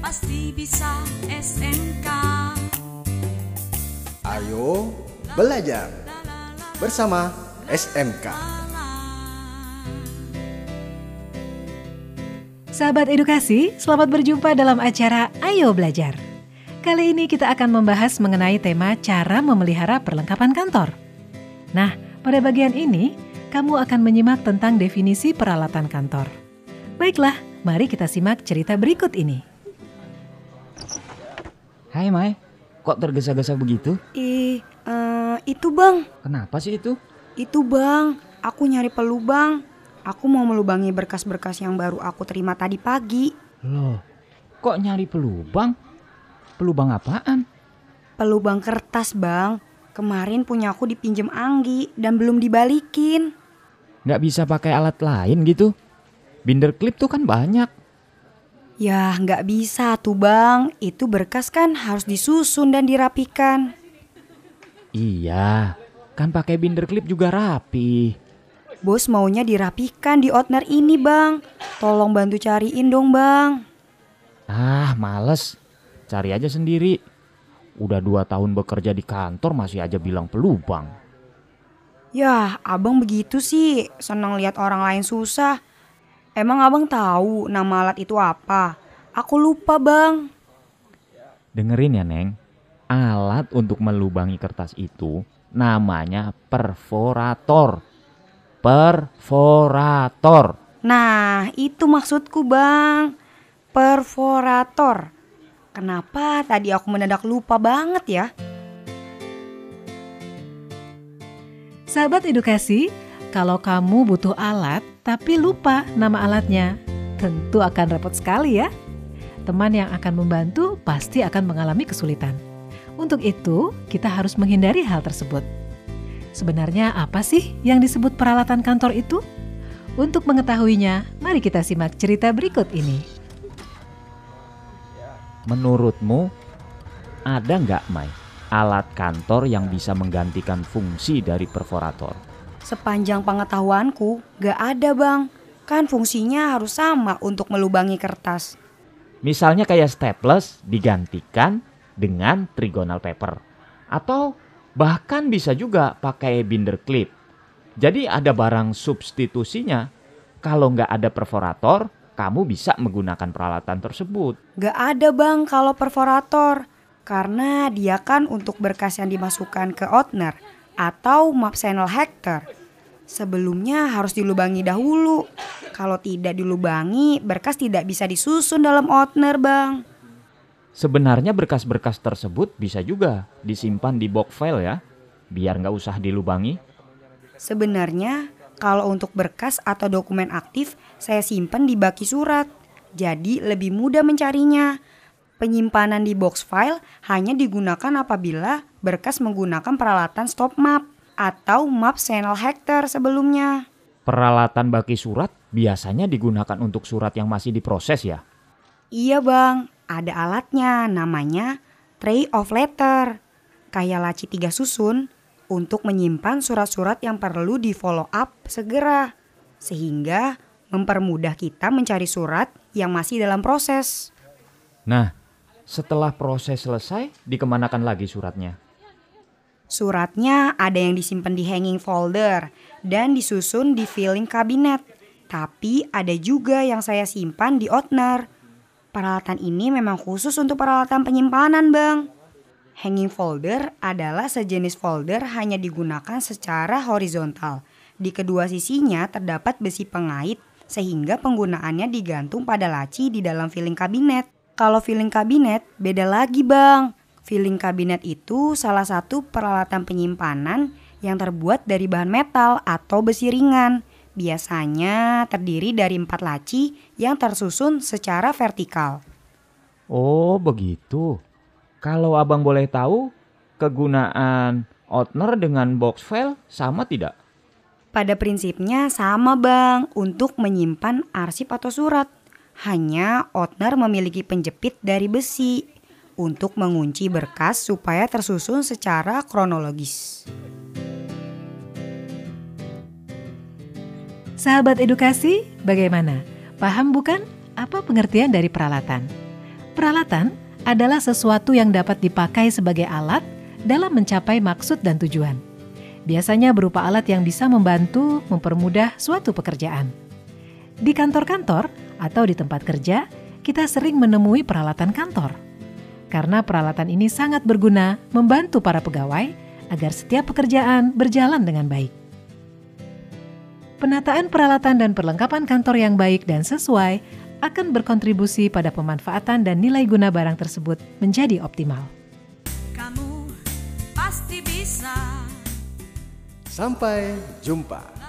pasti bisa SMK. Ayo belajar bersama SMK. Sahabat edukasi, selamat berjumpa dalam acara Ayo Belajar. Kali ini kita akan membahas mengenai tema cara memelihara perlengkapan kantor. Nah, pada bagian ini, kamu akan menyimak tentang definisi peralatan kantor. Baiklah, mari kita simak cerita berikut ini. Hai Mai, kok tergesa-gesa begitu? Itu bang. Kenapa sih itu? Itu bang, aku nyari pelubang. Aku mau melubangi berkas-berkas yang baru aku terima tadi pagi. Loh, kok nyari pelubang? Pelubang apaan? Pelubang kertas bang. Kemarin punya aku dipinjem Anggi dan belum dibalikin. Nggak bisa pakai alat lain gitu? Binder klip tuh kan banyak. Ya nggak bisa tuh bang. Itu berkas kan harus disusun dan dirapikan. Iya, kan pakai binder klip juga rapi. Bos maunya dirapikan di outner ini bang. Tolong bantu cariin dong bang. Ah, males. Cari aja sendiri. Udah 2 tahun bekerja di kantor masih aja bilang pelubang. Yah, abang begitu sih. Senang lihat orang lain susah. Emang abang tahu nama alat itu apa? Aku lupa bang. Dengerin ya Neng. Alat untuk melubangi kertas itu namanya perforator. Perforator. Nah, itu maksudku bang. Perforator. Kenapa tadi aku mendadak lupa banget ya? Sahabat edukasi, kalau kamu butuh alat tapi lupa nama alatnya, tentu akan repot sekali ya. Teman yang akan membantu pasti akan mengalami kesulitan. Untuk itu, kita harus menghindari hal tersebut. Sebenarnya apa sih yang disebut peralatan kantor itu? Untuk mengetahuinya, mari kita simak cerita berikut ini. Menurutmu, ada nggak Mai alat kantor yang bisa menggantikan fungsi dari perforator? Sepanjang pengetahuanku, gak ada bang. Kan fungsinya harus sama untuk melubangi kertas. Misalnya kayak staples digantikan dengan trigonal paper. Atau bahkan bisa juga pakai binder clip. Jadi ada barang substitusinya. Kalau nggak ada perforator, kamu bisa menggunakan peralatan tersebut. Gak ada bang kalau perforator. Karena dia kan untuk berkas yang dimasukkan ke outner atau map channel hacker. Sebelumnya harus dilubangi dahulu. Kalau tidak dilubangi, berkas tidak bisa disusun dalam outner bang. Sebenarnya berkas-berkas tersebut bisa juga disimpan di box file ya, biar nggak usah dilubangi. Sebenarnya kalau untuk berkas atau dokumen aktif, saya simpan di baki surat. Jadi lebih mudah mencarinya. Penyimpanan di box file hanya digunakan apabila berkas menggunakan peralatan stop map atau map channel hacker sebelumnya. Peralatan baki surat biasanya digunakan untuk surat yang masih diproses ya? Iya bang, ada alatnya namanya tray of letter. Kayak laci 3 susun untuk menyimpan surat-surat yang perlu di follow up segera. Sehingga mempermudah kita mencari surat yang masih dalam proses. Nah, setelah proses selesai, dikemanakan lagi suratnya? Suratnya ada yang disimpan di hanging folder dan disusun di filing cabinet. Tapi ada juga yang saya simpan di outner. Peralatan ini memang khusus untuk peralatan penyimpanan bang. Hanging folder adalah sejenis folder hanya digunakan secara horizontal. Di kedua sisinya terdapat besi pengait sehingga penggunaannya digantung pada laci di dalam filing cabinet. Kalau filing cabinet beda lagi bang. Filing cabinet itu salah satu peralatan penyimpanan yang terbuat dari bahan metal atau besi ringan. Biasanya terdiri dari 4 laci yang tersusun secara vertikal. Oh begitu. Kalau abang boleh tahu, kegunaan outner dengan box file sama tidak? Pada prinsipnya sama bang untuk menyimpan arsip atau surat. Hanya outner memiliki penjepit dari besi untuk mengunci berkas supaya tersusun secara kronologis. Sahabat edukasi, bagaimana? Paham bukan apa pengertian dari peralatan? Peralatan adalah sesuatu yang dapat dipakai sebagai alat dalam mencapai maksud dan tujuan. Biasanya berupa alat yang bisa membantu mempermudah suatu pekerjaan. Di kantor-kantor atau di tempat kerja, kita sering menemui peralatan kantor. Karena peralatan ini sangat berguna membantu para pegawai agar setiap pekerjaan berjalan dengan baik. Penataan peralatan dan perlengkapan kantor yang baik dan sesuai akan berkontribusi pada pemanfaatan dan nilai guna barang tersebut menjadi optimal. Kamu pasti bisa. Sampai jumpa.